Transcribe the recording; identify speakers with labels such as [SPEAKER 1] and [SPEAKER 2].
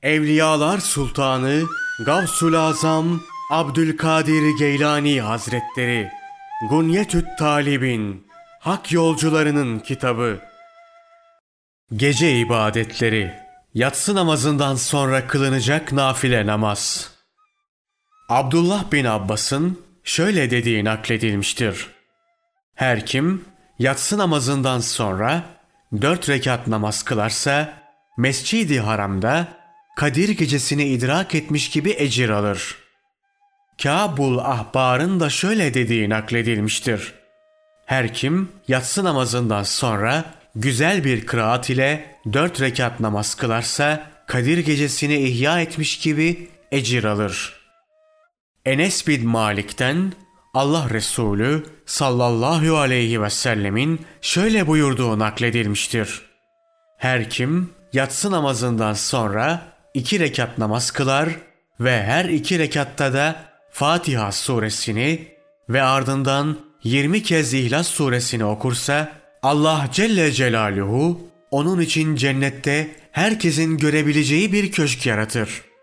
[SPEAKER 1] Evliyalar Sultanı Gavsul Azam Abdülkadir Geylani Hazretleri Gunyetü't Talibin Hak Yolcularının Kitabı. Gece ibadetleri, yatsı namazından sonra kılınacak nafile namaz. Abdullah bin Abbas'ın şöyle dediği nakledilmiştir: her kim yatsı namazından sonra 4 rekat namaz kılarsa Mescid-i Haram'da Kadir gecesini idrak etmiş gibi ecir alır. Kâbul Ahbar'ın da şöyle dediği nakledilmiştir: her kim yatsı namazından sonra güzel bir kıraat ile 4 rekat namaz kılarsa Kadir gecesini ihya etmiş gibi ecir alır. Enes bin Malik'ten Allah Resulü sallallahu aleyhi ve sellemin şöyle buyurduğu nakledilmiştir: her kim yatsı namazından sonra 2 rekat namaz kılar ve her 2 rekatta da Fatiha suresini ve ardından 20 kez İhlas suresini okursa Allah Celle Celaluhu onun için cennette herkesin görebileceği bir köşk yaratır.